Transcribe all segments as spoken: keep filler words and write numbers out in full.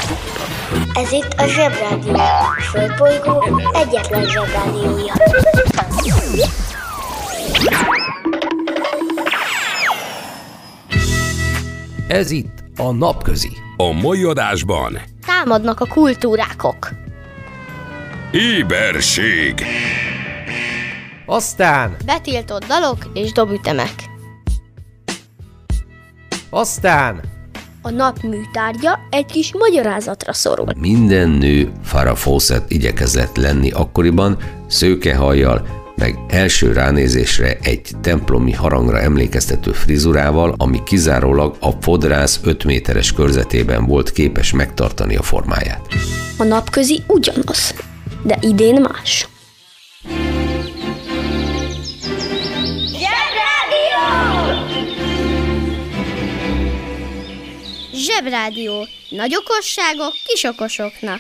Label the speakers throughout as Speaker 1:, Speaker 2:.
Speaker 1: Ez itt a Zsebrádió, a Földbolygó egyetlen Zsebrádiója.
Speaker 2: Ez itt a Napközi.
Speaker 3: A mai adásban
Speaker 4: támadnak a kultúrákok.
Speaker 3: Éberség.
Speaker 2: Aztán
Speaker 4: Betiltott dalok és dobütemek.
Speaker 2: Aztán
Speaker 4: A nap műtárgya egy kis magyarázatra szorul.
Speaker 5: Minden nő Farrah Fawcett igyekezett lenni akkoriban, szőkehajjal, meg első ránézésre egy templomi harangra emlékeztető frizurával, ami kizárólag a fodrász öt méteres körzetében volt képes megtartani a formáját.
Speaker 4: A napközi ugyanaz, de idén más. Zsebrádió. Nagy okosságok kis okosoknak.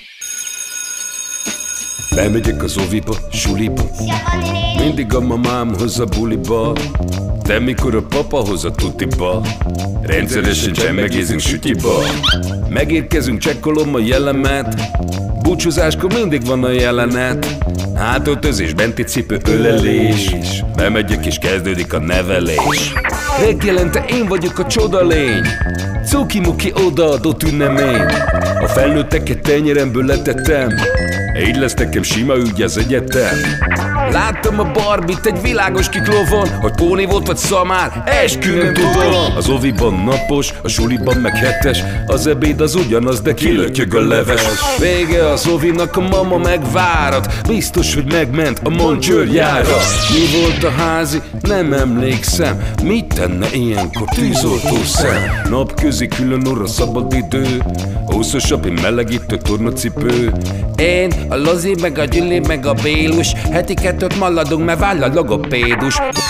Speaker 3: Bemegyek az oviba, suliba, mindig a mamám hoz a buliba, de mikor a papa hoz a tutiba, rendszeresen csemmegézünk sütyiba. Megérkezünk, csekkolom a jellemet, búcsúzáskor mindig van a jelenet. Hátöltözés, benti cipő, ölelés, bemegyek és kezdődik a nevelés. Reggelente én vagyok a csodalény, cuki-muki odaadott ünnemény. A felnőtteket tenyeremből letettem, így lesz nekem sima ügy az egyetem. Láttam a Barbit egy világos kiklovon, hogy póni volt vagy szamár, eskü nem tudom. Az oviban napos, a suliban meg hetes, az ebéd az ugyanaz, de kilötyög a leves. Vége az ovinak, a mama megvárat, biztos, hogy megment a Moncsőrjára. Mi volt a házi? Nem emlékszem, mit tenne ilyenkor tűzoltó szem? Napközi külön orra szabad idő, húszosabb, én melegítő tornacipő. Én, a Lozi, meg a Gyüli, meg a Bélus, heti kettőt maladunk, mert váll a logopédus.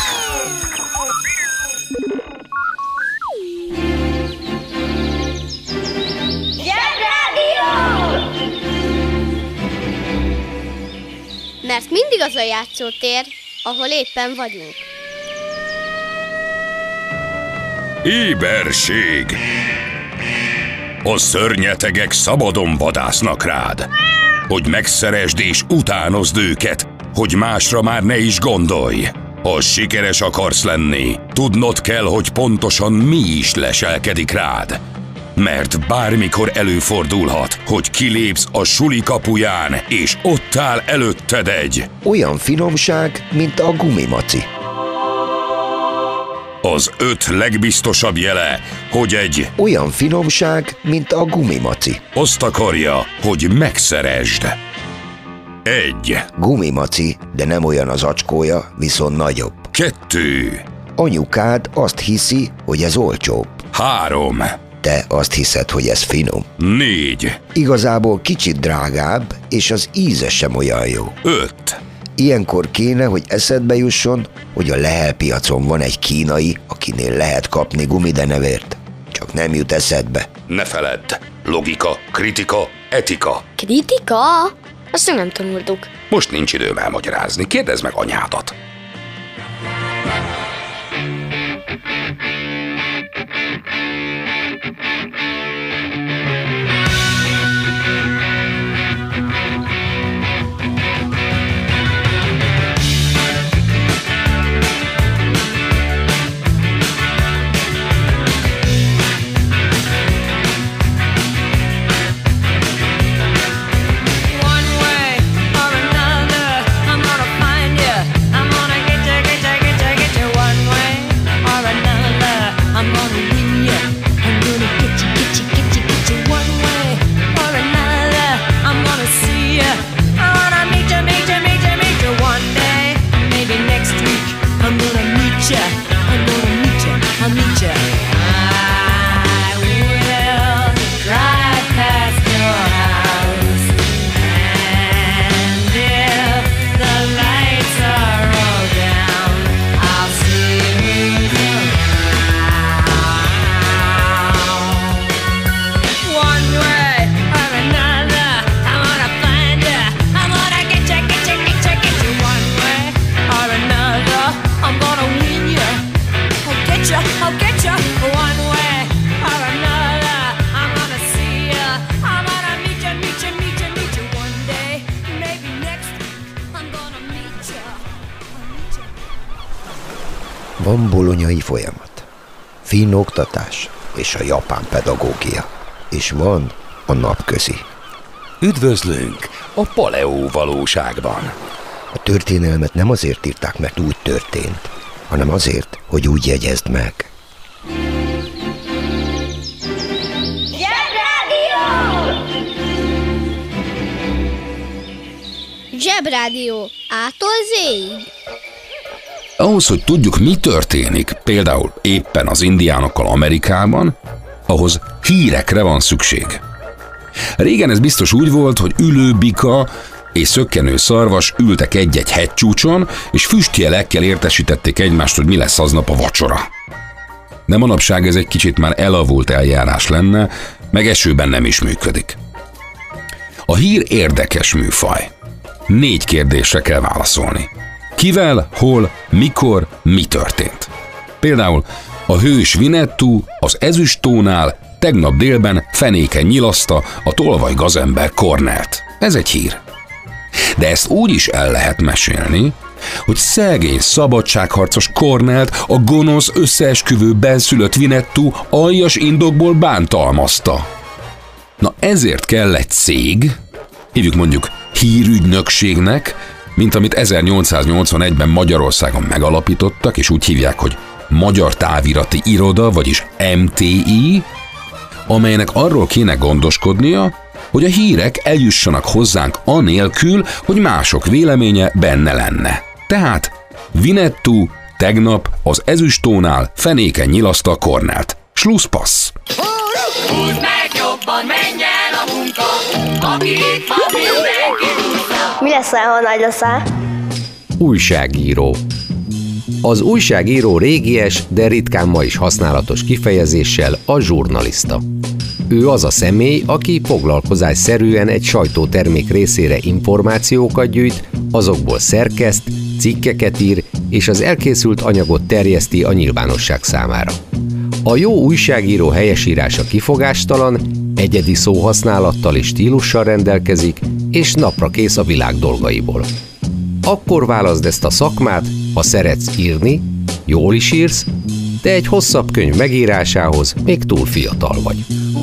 Speaker 4: Mert mindig az a játszótér, ahol éppen vagyunk.
Speaker 3: Éberség. A szörnyetegek szabadon vadásznak rád, hogy megszeresd és utánozd őket, hogy másra már ne is gondolj. Ha sikeres akarsz lenni, tudnod kell, hogy pontosan mi is leselkedik rád. Mert bármikor előfordulhat, hogy kilépsz a suli kapuján, és ott áll előtted egy
Speaker 6: olyan finomság, mint a gumimaci.
Speaker 3: Az öt legbiztosabb jele, hogy egy
Speaker 6: olyan finomság, mint a gumimaci.
Speaker 3: azt akarja, hogy megszeresd. Egy.
Speaker 6: Gumimaci, de nem olyan az acskója, viszont nagyobb.
Speaker 3: Kettő.
Speaker 6: Anyukád azt hiszi, hogy ez olcsóbb.
Speaker 3: Három.
Speaker 6: Te azt hiszed, hogy ez finom.
Speaker 3: Négy.
Speaker 6: Igazából kicsit drágább, és az íze sem olyan jó.
Speaker 3: Öt.
Speaker 6: Ilyenkor kéne, hogy eszedbe jusson, hogy a Lehel piacon van egy kínai, akinél lehet kapni gumidenevért. Csak nem jut eszedbe.
Speaker 3: Ne feledd. Logika, kritika, etika.
Speaker 4: Kritika? Azt nem tanultuk.
Speaker 3: Most nincs időm elmagyarázni. Kérdezd meg anyádat.
Speaker 7: One way or another, I'm gonna find you. I'm
Speaker 6: Van bolonyai folyamat, finn oktatás és a japán pedagógia. És van a napközi.
Speaker 3: Üdvözlünk a paleó valóságban.
Speaker 6: A történelmet nem azért írták, mert úgy történt, hanem azért, hogy úgy jegyezd meg.
Speaker 4: Zsebrádió. A-tól Z-ig.
Speaker 3: Ahhoz, hogy tudjuk, mi történik, például éppen az indiánokkal Amerikában, ahhoz hírekre van szükség. Régen ez biztos úgy volt, hogy ülő bika és szökkenő szarvas ültek egy-egy hegycsúcson, és füstjelekkel értesítették egymást, hogy mi lesz aznap a vacsora. De manapság ez egy kicsit már elavult eljárás lenne, meg esőben nem is működik. A hír érdekes műfaj. Négy kérdésre kell válaszolni. Kivel, hol, mikor, mi történt? Például a hős Winnetou az ezüsttónál tegnap délben fenéken nyilaszta a tolvaj gazember Cornelt. Ez egy hír. De ezt úgy is el lehet mesélni, hogy szegény szabadságharcos Cornelt a gonosz összeesküvő benszülött Winnetou aljas indokból bántalmazta. Na ezért kell egy cég, hívjuk mondjuk hírügynökségnek, mint amit ezernyolcszáznyolcvanegyben Magyarországon megalapítottak, és úgy hívják, hogy Magyar Távirati Iroda, vagyis em té i, amelynek arról kéne gondoskodnia, hogy a hírek eljussanak hozzánk anélkül, hogy mások véleménye benne lenne. Tehát Winnetou tegnap az ezüsttónál fenéken nyilaszta a Cornelt. Schlusspassz!
Speaker 7: Húzd meg jobban, menj el a munka, aki itt van, mindenki húzza.
Speaker 1: Mi leszel, ha nagy leszel?
Speaker 2: Újságíró. Az újságíró régies, de ritkán ma is használatos kifejezéssel a zsurnalista. Ő az a személy, aki foglalkozásszerűen egy sajtótermék részére információkat gyűjt, azokból szerkeszt, cikkeket ír, és az elkészült anyagot terjeszti a nyilvánosság számára. A jó újságíró helyesírása kifogástalan, egyedi szóhasználattal és stílussal rendelkezik, és napra kész a világ dolgaiból. Akkor válaszd ezt a szakmát, ha szeretsz írni, jól is írsz, de egy hosszabb könyv megírásához még túl fiatal vagy.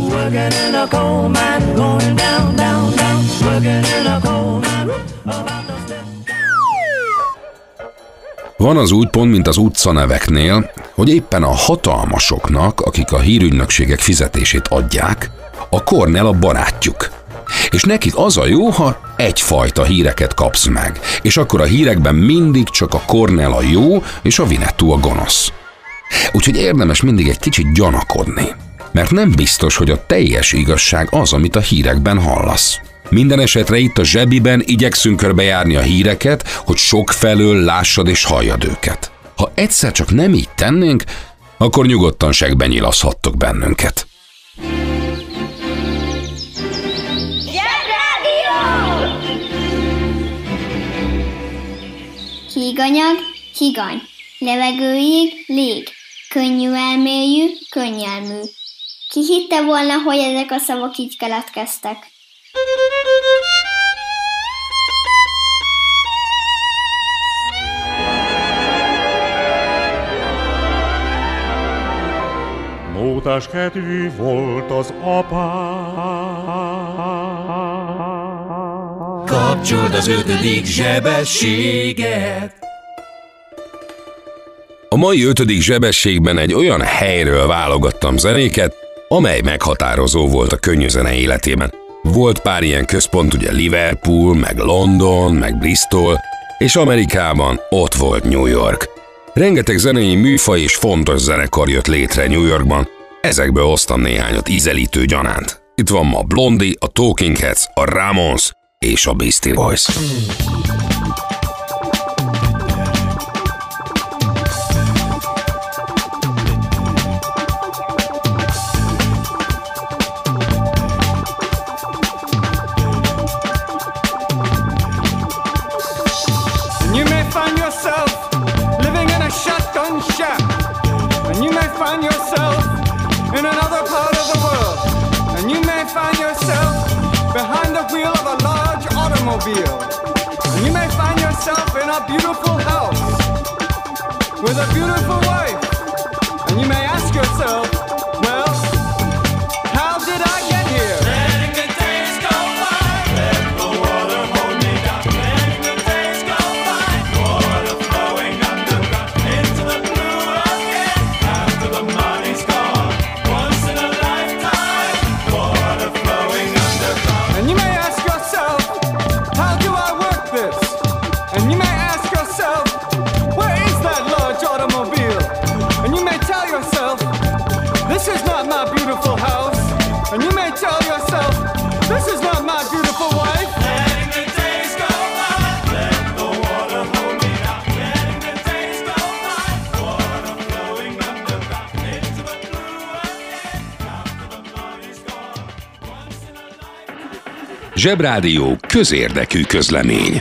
Speaker 3: Van az úgy pont, mint az utcaneveknél, hogy éppen a hatalmasoknak, akik a hírügynökségek fizetését adják, a Cornell a barátjuk. És nekik az a jó, ha egyfajta híreket kapsz meg, és akkor a hírekben mindig csak a Cornell a jó, és a Winnetou a gonosz. Úgyhogy érdemes mindig egy kicsit gyanakodni, mert nem biztos, hogy a teljes igazság az, amit a hírekben hallasz. Minden esetre itt a zsebiben igyekszünk körbejárni a híreket, hogy sokfelől lássad és halljad őket. Ha egyszer csak nem így tennénk, akkor nyugodtan segben nyilaszhattok bennünket.
Speaker 8: Híganyag, higany, levegőig, lég, könnyű elmélyű, könnyelmű. Ki hitte volna, hogy ezek a szavak így keletkeztek?
Speaker 9: Mótás kedvű volt az apám.
Speaker 7: Kapcsold az ötödik zsebességet.
Speaker 3: A mai ötödik zsebességben egy olyan helyről válogattam zenéket, amely meghatározó volt a könnyűzene életében. Volt pár ilyen központ, ugye Liverpool, meg London, meg Bristol, és Amerikában ott volt New York. Rengeteg zenei műfaj és fontos zenekar jött létre New Yorkban, ezekből hoztam néhányat ízelítő gyanánt. Itt van ma Blondie, a Talking Heads, a Ramones és a Beastie Boys.
Speaker 10: You may find yourself living in a shotgun shack, and you may find yourself in another part of the world, and you may find yourself behind the wheel of a large automobile, and you may find yourself in a beautiful house, with a beautiful wife. And you may ask yourself, well, how did I get here? Letting the days go by, let the water hold me down. Letting the days go by, water flowing underground into the blue again. After the money's gone, once in a lifetime, water flowing underground. And you may ask yourself, how do I work this? And you may ask yourself, where is that large automobile? And you may tell yourself, this is not my beautiful house. And you may tell yourself, this is not my beautiful wife. Letting the days go by, let the water hold me down. Letting the days go by, water flowing underground into the blue again. After the money's gone, once in a lifetime.
Speaker 3: Zsebrádió közérdekű közlemény.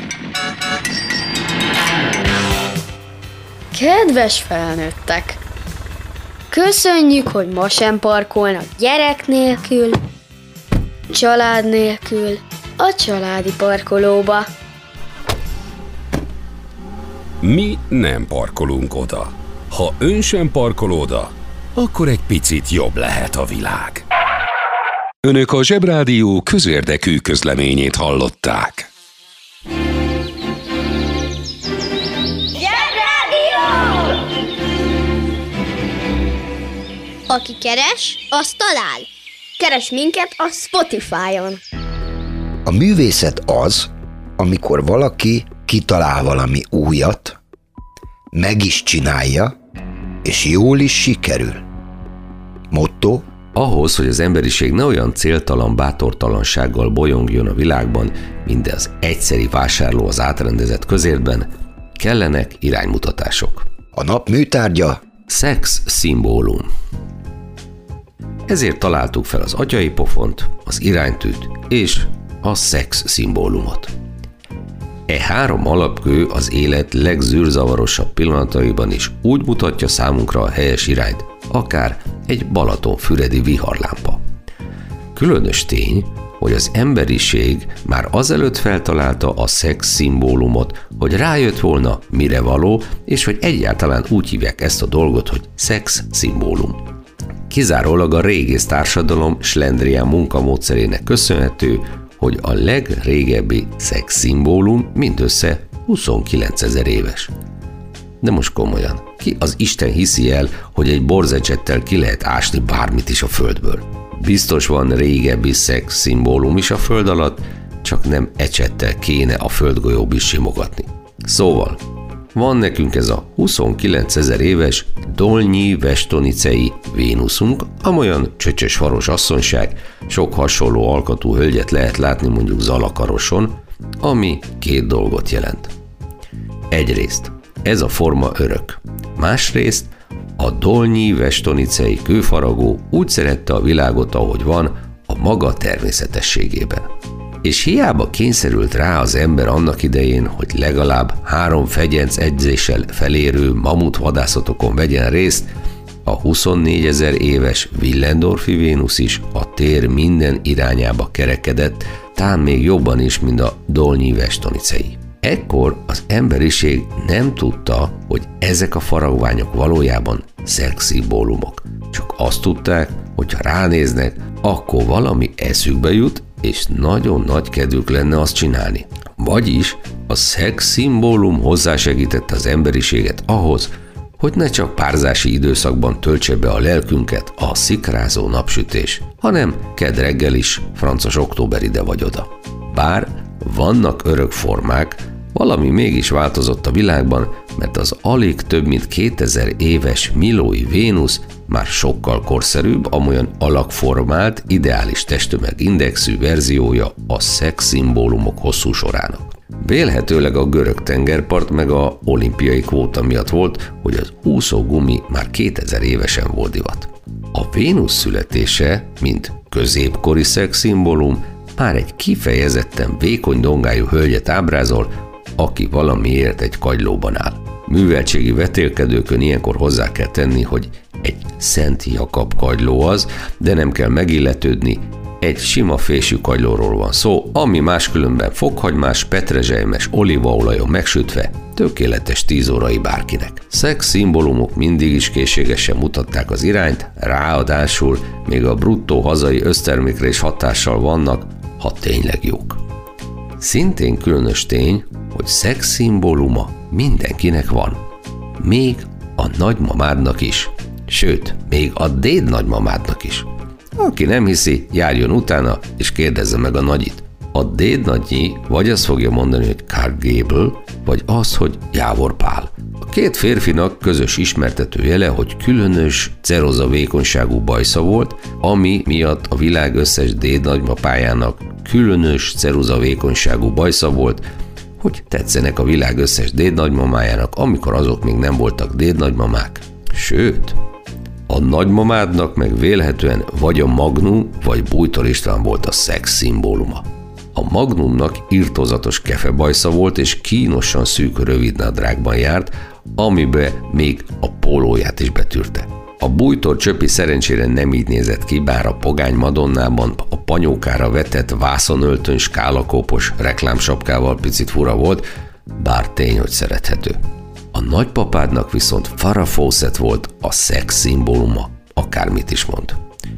Speaker 4: Kedves felnőttek! Köszönjük, hogy ma sem parkolnak gyerek nélkül, család nélkül a családi parkolóba.
Speaker 3: Mi nem parkolunk oda. Ha ön sem parkol oda, akkor egy picit jobb lehet a világ. Önök a Zsebrádió közérdekű közleményét hallották.
Speaker 4: Aki keres, az talál. Keres minket a Spotify-on.
Speaker 6: A művészet az, amikor valaki kitalál valami újat, meg is csinálja, és jól is sikerül. Motto:
Speaker 5: ahhoz, hogy az emberiség ne olyan céltalan bátortalansággal bolyongjon a világban, mint az egyszeri vásárló az átrendezett közértben, kellenek iránymutatások.
Speaker 6: A nap műtárgya
Speaker 5: szex szimbólum. Ezért találtuk fel az atyai pofont, az iránytűt és a szex szimbólumot. E három alapkő az élet legzűrzavarosabb pillanataiban is úgy mutatja számunkra a helyes irányt, akár egy balatonfüredi viharlámpa. Különös tény, hogy az emberiség már azelőtt feltalálta a szex szimbólumot, hogy rájött volna, mire való, és hogy egyáltalán úgy hívják ezt a dolgot, hogy szex szimbólum. Kizárólag a régész társadalom slendrián munkamódszerének köszönhető, hogy a legrégebbi szex szimbólum mindössze huszonkilencezer éves. De most komolyan, ki az Isten hiszi el, hogy egy borzecsettel ki lehet ásni bármit is a földből? Biztos van régebbi szex szimbólum is a föld alatt, csak nem ecsettel kéne a földgolyóba is simogatni. Szóval, van nekünk ez a huszonkilencezer éves Dolnyi Vestonicei Vénuszunk, amolyan csöcsös faros asszonyság, sok hasonló alkatú hölgyet lehet látni mondjuk Zalakaroson, ami két dolgot jelent. Egyrészt, ez a forma örök. Másrészt, a Dolnyi Vestonicei kőfaragó úgy szerette a világot, ahogy van, a maga természetességében. És hiába kényszerült rá az ember annak idején, hogy legalább három fegyenc edzéssel felérő mamut vadászatokon vegyen részt, a huszonnégyezer éves Willendorfi Vénusz is a tér minden irányába kerekedett, tán még jobban is, mint a Dolnyi Vestonicei. Ekkor az emberiség nem tudta, hogy ezek a faragványok valójában szexszimbólumok. Csak azt tudták, hogy ha ránéznek, akkor valami eszükbe jut, és nagyon nagy kedvük lenne azt csinálni. Vagyis a szex szimbólum hozzásegítette az emberiséget ahhoz, hogy ne csak párzási időszakban töltse be a lelkünket a szikrázó napsütés, hanem kedd reggel is, francos október ide vagy oda. Bár vannak örök formák, valami mégis változott a világban, mert az alig több mint kétezer éves Millói Vénusz már sokkal korszerűbb, amolyan alakformált, ideális testtömegindexű verziója a szex szimbólumok hosszú sorának. Vélhetőleg a görög tengerpart meg a olimpiai kvóta miatt volt, hogy az úszógumi már kétezer évesen volt divat. A Vénusz születése, mint középkori szex szimbólum, már egy kifejezetten vékony dongájú hölgyet ábrázol, aki valamiért egy kagylóban áll. Műveltségi vetélkedőkön ilyenkor hozzá kell tenni, hogy egy Szent Jakab kagyló az, de nem kell megilletődni, Egy sima fésű kagylóról van szó, ami máskülönben fokhagymás, petrezselymes olívaolajon megsütve tökéletes tíz órai bárkinek. Szex szimbólumok mindig is készségesen mutatták az irányt, ráadásul még a bruttó hazai össztermékre is hatással vannak, ha tényleg jók. Szintén különös tény, hogy szex szimbóluma mindenkinek van. Még a nagymamádnak is. Sőt, még a déd nagymamádnak is. Aki nem hiszi, járjon utána, és kérdezze meg a nagyit. A déd nagynyi vagy azt fogja mondani, hogy Clark Gable, vagy az, hogy Jávor Pál. A két férfinak közös ismertető jele, hogy különös ceroza vékonyságú bajsza volt, ami miatt a világ összes déd nagymapájának különös ceruza vékonyságú bajsza volt, hogy tetszenek a világ összes déd nagymamájának, amikor azok még nem voltak déd nagymamák. Sőt, a nagymamádnak meg vélhetően vagy a Magnum, vagy Bújtor István volt a szex szimbóluma. A Magnumnak irtózatos kefebajsza volt, és kínosan szűk rövidnadrágban járt, amibe még a pólóját is betűrte. A Bújtor Csöpi szerencsére nem így nézett ki, bár a Pogány Madonnában a panyókára vetett vászonöltön skálakópos reklámsapkával picit fura volt, bár tény, hogy szerethető. A nagypapádnak viszont Farrah Fawcett volt a szex szimbóluma, akármit is mond.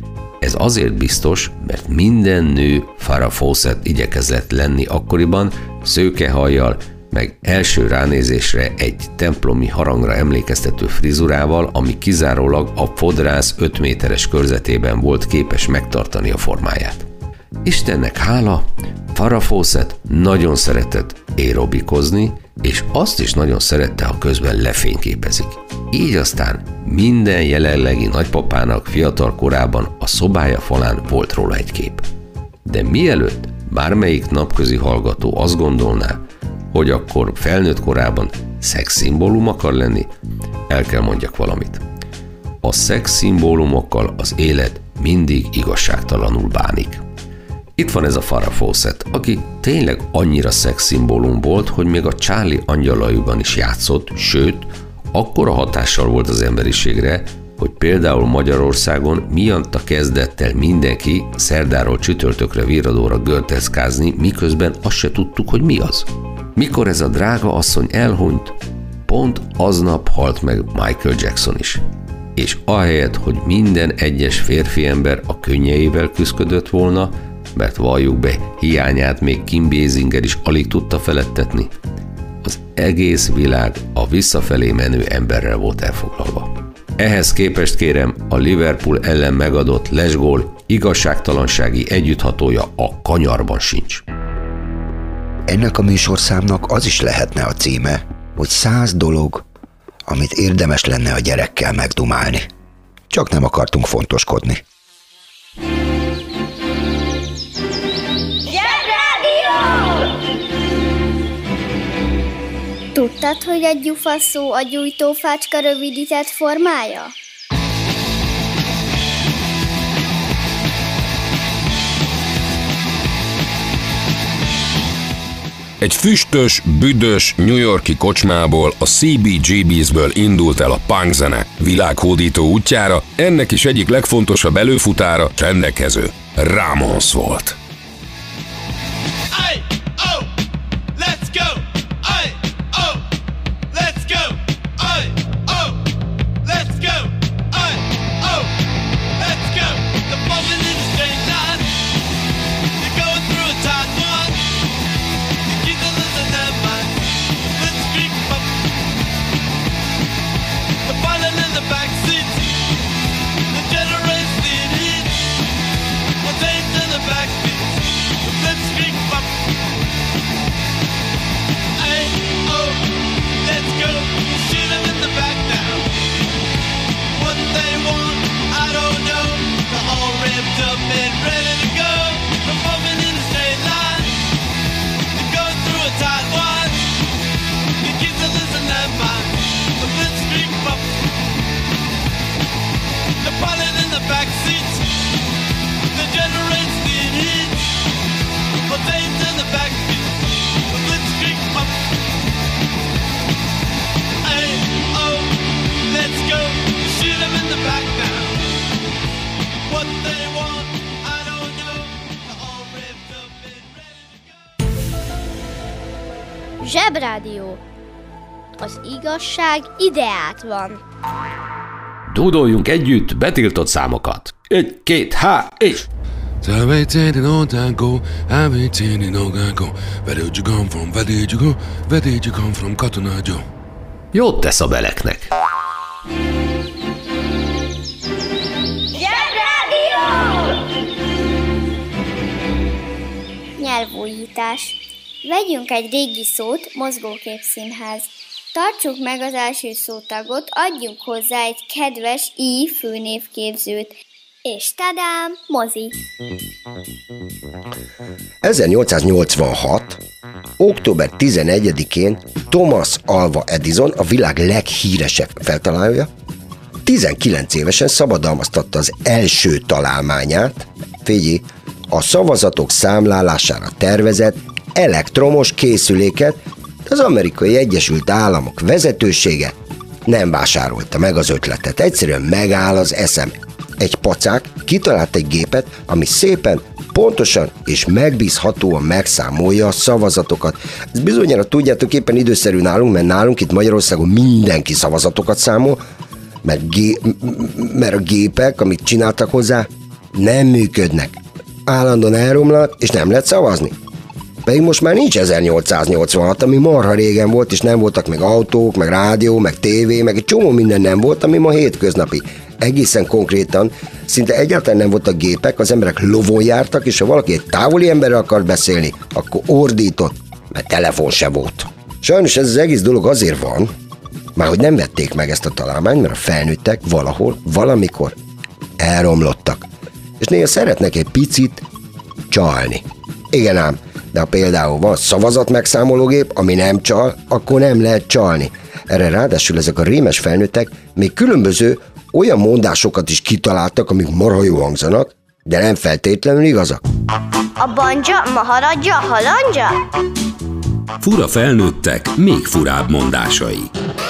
Speaker 5: Ez azért biztos, mert minden nő Farrah Fawcett igyekezett lenni akkoriban, szőkehajjal, meg első ránézésre egy templomi harangra emlékeztető frizurával, ami kizárólag a fodrász öt méteres körzetében volt képes megtartani a formáját. Istennek hála, Farrah Fawcett nagyon szeretett aerobikozni, és azt is nagyon szerette, ha közben lefényképezik. Így aztán minden jelenlegi nagypapának fiatal korában a szobája falán volt róla egy kép. De mielőtt bármelyik napközi hallgató azt gondolná, hogy akkor felnőtt korában szex szimbólum akar lenni, el kell mondjak valamit. A szex szimbólumokkal az élet mindig igazságtalanul bánik. Itt van ez a Farrah Fawcett, aki tényleg annyira szex szimbólum volt, hogy még a Charlie angyalaiban is játszott, sőt, akkora hatással volt az emberiségre, hogy például Magyarországon miatta kezdett el mindenki szerdáról csütörtökre virradóra görteszkázni, miközben azt se tudtuk, hogy mi az. Mikor ez a drága asszony elhunyt, pont aznap halt meg Michael Jackson is. És ahelyett, hogy minden egyes férfi ember a könnyeivel küszködött volna, mert valljuk be, hiányát még Kim Basinger is alig tudta feledtetni, az egész világ a visszafelé menő emberrel volt elfoglalva. Ehhez képest kérem, a Liverpool ellen megadott lesgól igazságtalansági együtthatója a kanyarban sincs.
Speaker 6: Ennek a műsorszámnak az is lehetne a címe, hogy száz dolog, amit érdemes lenne a gyerekkel megdumálni. Csak nem akartunk fontoskodni.
Speaker 8: Tudtad, hogy a gyufa szó a gyújtófácska rövidített formája?
Speaker 3: Egy füstös, büdös New York-i kocsmából, a cé bé gé bésből indult el a punk zene világhódító útjára, ennek is egyik legfontosabb előfutára rendelkező Ramones volt.
Speaker 11: What they want, I don't know.
Speaker 4: Zsebrádió. Az igazság ideát van.
Speaker 5: Dúdoljunk együtt betiltott számokat. Egy, két, há, és...
Speaker 3: Where did you come from? Where did you go? Where did you come from, Katona Joe?
Speaker 5: Jót tesz a beleknek.
Speaker 8: Nyelvújítás. Vegyünk egy régi szót, mozgóképszínház. Tartsuk meg az első szótagot, adjunk hozzá egy kedves i főnévképzőt. És tadám, mozi.
Speaker 6: ezernyolcszáznyolcvanhat. október tizenegyedikén Thomas Alva Edison, a világ leghíresebb feltalálója, tizenkilenc évesen szabadalmaztatta az első találmányát, figyelj, a szavazatok számlálására tervezett elektromos készüléket, de az Amerikai Egyesült Államok vezetősége nem vásárolta meg az ötletet. Egyszerűen megáll az eszem. Egy pacák kitalált egy gépet, ami szépen, pontosan és megbízhatóan megszámolja a szavazatokat. Ezt bizonyára tudjátok, éppen időszerű nálunk, mert nálunk itt Magyarországon mindenki szavazatokat számol, mert, gé- mert a gépek, amit csináltak hozzá, nem működnek. Állandóan elromlanak, és nem lehet szavazni. Pedig most már nincs ezernyolcszáznyolcvanhat, ami marha régen volt, és nem voltak meg autók, meg rádió, meg tévé, meg egy csomó minden nem volt, ami ma hétköznapi. Egészen konkrétan, szinte egyáltalán nem voltak gépek, az emberek lovon jártak, és ha valaki egy távoli emberrel akart beszélni, akkor ordított, mert telefon se volt. Sajnos ez az egész dolog azért van, már hogy nem vették meg ezt a találmányt, mert a felnőttek valahol, valamikor elromlottak. És néha szeretnek egy picit csalni. Igen ám, de ha például van szavazat megszámológép, ami nem csal, akkor nem lehet csalni. Erre ráadásul ezek a rémes felnőttek még különböző olyan mondásokat is kitaláltak, amik marha jó hangzanak, de nem feltétlenül igazak.
Speaker 1: A banja, maharadja, halandja?
Speaker 3: Fura felnőttek, még furább mondásai.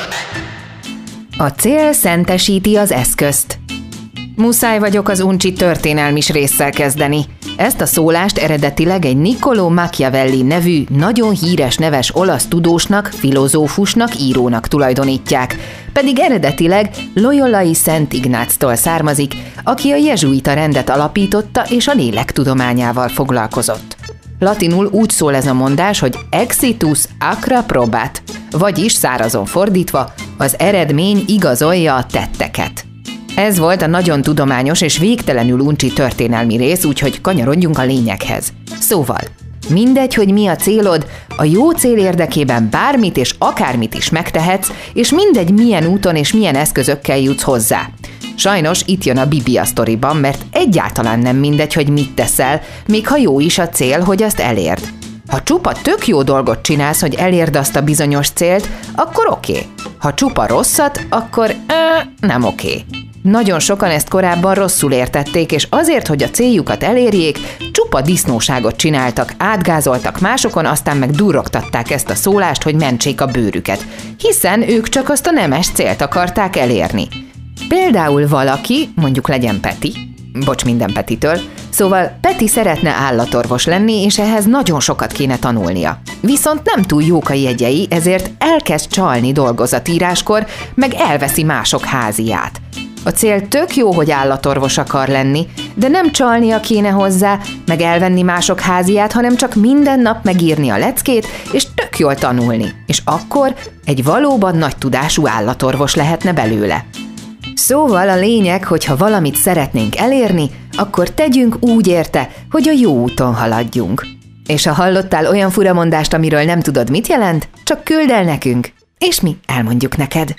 Speaker 11: A cél szentesíti az eszközt. Muszáj vagyok az uncsi történelmis résszel kezdeni. Ezt a szólást eredetileg egy Niccolò Machiavelli nevű, nagyon híres neves olasz tudósnak, filozófusnak, írónak tulajdonítják, pedig eredetileg Loyolai Szent Ignáctól származik, aki a jezsuita rendet alapította és a lélektudományával foglalkozott. Latinul úgy szól ez a mondás, hogy exitus acra probat, vagyis szárazon fordítva, az eredmény igazolja a tetteket. Ez volt a nagyon tudományos és végtelenül uncsi történelmi rész, úgyhogy kanyarodjunk a lényeghez. Szóval, mindegy, hogy mi a célod, a jó cél érdekében bármit és akármit is megtehetsz, és mindegy, milyen úton és milyen eszközökkel jutsz hozzá. Sajnos itt jön a Bibia sztoriban, mert egyáltalán nem mindegy, hogy mit teszel, még ha jó is a cél, hogy azt elérd. Ha csupa tök jó dolgot csinálsz, hogy elérd azt a bizonyos célt, akkor oké. Okay. Ha csupa rosszat, akkor ö, nem oké. Okay. Nagyon sokan ezt korábban rosszul értették, és azért, hogy a céljukat elérjék, csupa disznóságot csináltak, átgázoltak másokon, aztán meg durrogtatták ezt a szólást, hogy mentsék a bőrüket, hiszen ők csak azt a nemes célt akarták elérni. Például valaki, mondjuk legyen Peti, bocs minden Petitől, szóval Peti szeretne állatorvos lenni, és ehhez nagyon sokat kéne tanulnia. Viszont nem túl jók a jegyei, ezért elkezd csalni dolgozatíráskor, meg elveszi mások háziát. A cél tök jó, hogy állatorvos akar lenni, de nem csalnia kéne hozzá, meg elvenni mások háziát, hanem csak minden nap megírni a leckét, és tök jól tanulni. És akkor egy valóban nagy tudású állatorvos lehetne belőle. Szóval a lényeg, hogy ha valamit szeretnénk elérni, akkor tegyünk úgy érte, hogy a jó úton haladjunk. És ha hallottál olyan furamondást, amiről nem tudod, mit jelent, csak küld el nekünk, és mi elmondjuk neked.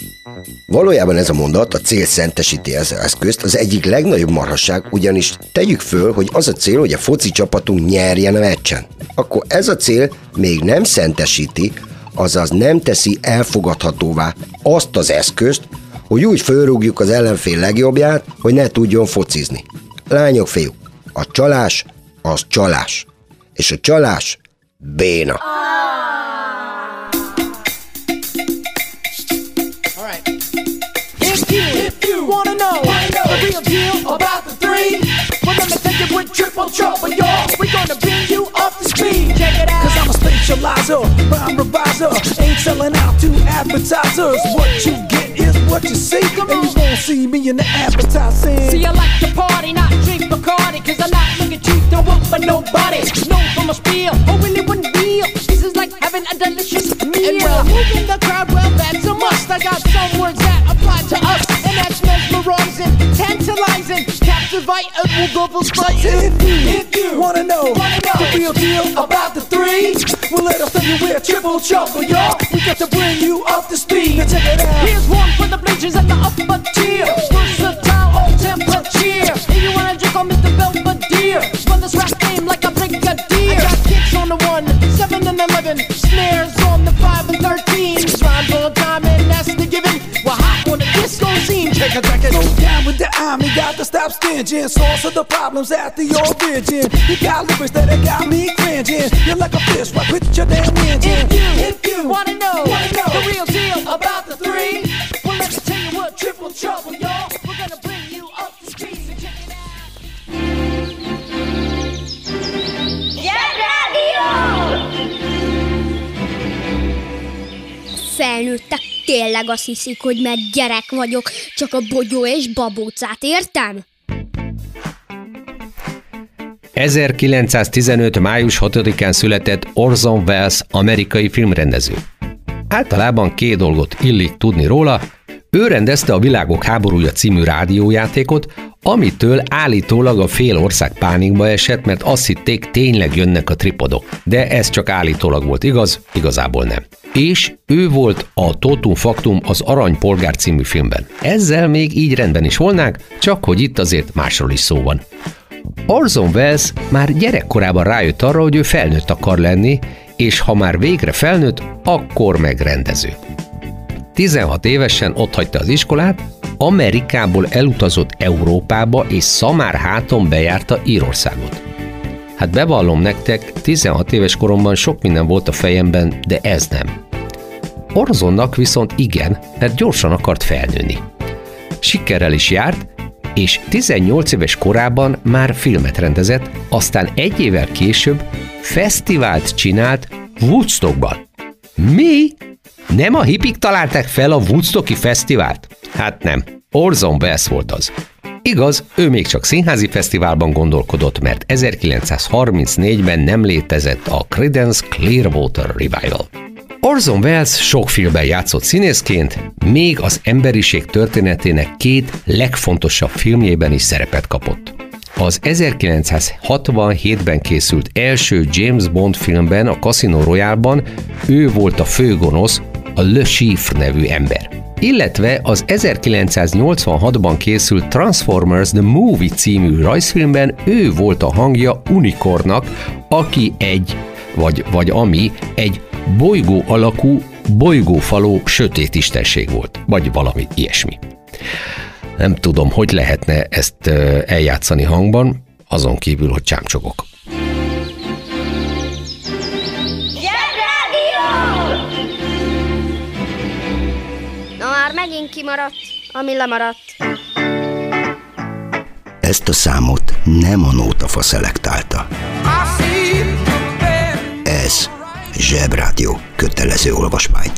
Speaker 6: Valójában ez a mondat, a cél szentesíti az eszközt, az egyik legnagyobb marhasság, ugyanis tegyük föl, hogy az a cél, hogy a foci csapatunk nyerjen a meccsen. Akkor ez a cél még nem szentesíti, azaz nem teszi elfogadhatóvá azt az eszközt, hogy úgy fölrúgjuk az ellenfél legjobbját, hogy ne tudjon focizni. Lányok, fiúk, a csalás az csalás, és a csalás béna.
Speaker 7: If you wanna know the real deal about the three, we're gonna take it with triple trouble, y'all. We're gonna bring you up to speed. Check it out. Cause I'm a special
Speaker 12: Analyzer, rhyme reviser, ain't selling out to advertisers. What you get is what you see, and you won't see me in the advertising.
Speaker 7: See, I like to party, not drink Bacardi, cause I'm not looking cheap, don't work for nobody. No from a spiel, oh really wouldn't deal. This is like having a delicious meal. And well, moving the crowd, well that's a must. I got some words that apply to us, and that's mesmerizing, tantalizing, captivating, will double slicing.
Speaker 12: If you, if you wanna know, wanna know the real deal about the three, well let us tell you we're triple trouble, y'all. We got to bring you up to speed. Now check it out.
Speaker 7: Here's one for the bleachers and the upper tier. Versatile, all temperature. If you wanna drink on Mister Belvedere, run this rap game like a brigadier. I got kicks on the one, seven and eleven, snares on the five and thirteen. Rhymes on time and that's the given. We're hot on the disco scene. Check it, check it.
Speaker 12: Go down with the army, got to stop stinging. Source of the problems at the origin. You got lyrics that have got me cringing. You're like a fish, right with your damn engine.
Speaker 7: If you,
Speaker 12: if you
Speaker 7: wanna know,
Speaker 12: wanna know
Speaker 7: the real deal about the three, well let me tell you what triple trouble, y'all. We're gonna bring you up to speed, so check it out.
Speaker 4: Zsebrádió! Felnőttek tényleg azt hiszik, hogy mert gyerek vagyok, csak a bogyó és babócát értem?
Speaker 2: ezerkilencszáztizenöt. május hatodikán született Orson Welles amerikai filmrendező. Általában két dolgot illik tudni róla. Ő rendezte a Világok háborúja című rádiójátékot, amitől állítólag a fél ország pánikba esett, mert azt hitték, tényleg jönnek a tripodok. De ez csak állítólag volt igaz, igazából nem. És ő volt a Totum Faktum az Aranypolgár című filmben. Ezzel még így rendben is volnánk, csak hogy itt azért másról is szó van. Orson Welles már gyerekkorában rájött arra, hogy ő felnőtt akar lenni, és ha már végre felnőtt, akkor meg rendező. tizenhat évesen otthagyta az iskolát, Amerikából elutazott Európába, és szamárháton bejárta Írországot. Hát bevallom nektek, tizenhat éves koromban sok minden volt a fejemben, de ez nem. Orsonnak viszont igen, mert gyorsan akart felnőni. Sikerrel is járt, és tizennyolc éves korában már filmet rendezett, aztán egy évvel később fesztivált csinált Woodstockban. Mi? Nem a hippik találták fel a Woodstocki fesztivált? Hát nem, Orson Welles volt az. Igaz, ő még csak színházi fesztiválban gondolkodott, mert ezerkilencszázharmincnégyben nem létezett a Creedence Clearwater Revival. Orson Welles sok filmben játszott színészként, még az emberiség történetének két legfontosabb filmjében is szerepet kapott. Az ezerkilencszázhatvanhétben készült első James Bond filmben, a Casino Royale-ban ő volt a főgonosz, a Le Chiffre nevű ember. Illetve az ezerkilencszáznyolcvanhatban készült Transformers The Movie című rajzfilmben ő volt a hangja Unicornnak, aki egy, vagy, vagy ami egy bolygó alakú, bolygófaló sötét istenség volt, vagy valami ilyesmi. Nem tudom, hogy lehetne ezt eljátszani hangban, azon kívül, hogy csámcsogok.
Speaker 4: Na már megint kimaradt, ami lemaradt.
Speaker 6: Ezt a számot nem a Nótafa szelektálta. Ez Zsebrádió, kötelező olvasmány.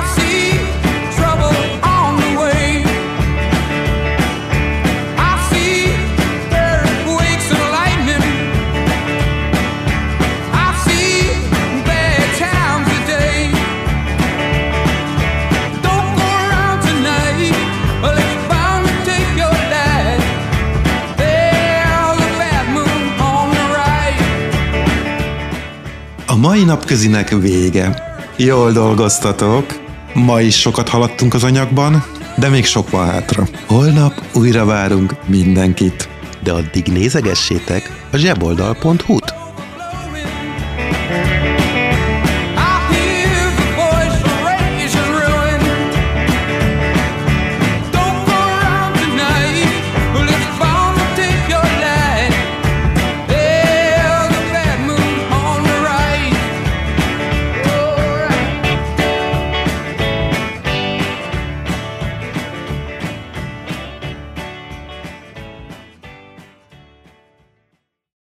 Speaker 13: A mai napközinek vége. Jól dolgoztatok. Ma is sokat haladtunk az anyagban, de még sok van hátra. Holnap újra várunk mindenkit. De addig nézegessétek a zseboldal pont hu-t.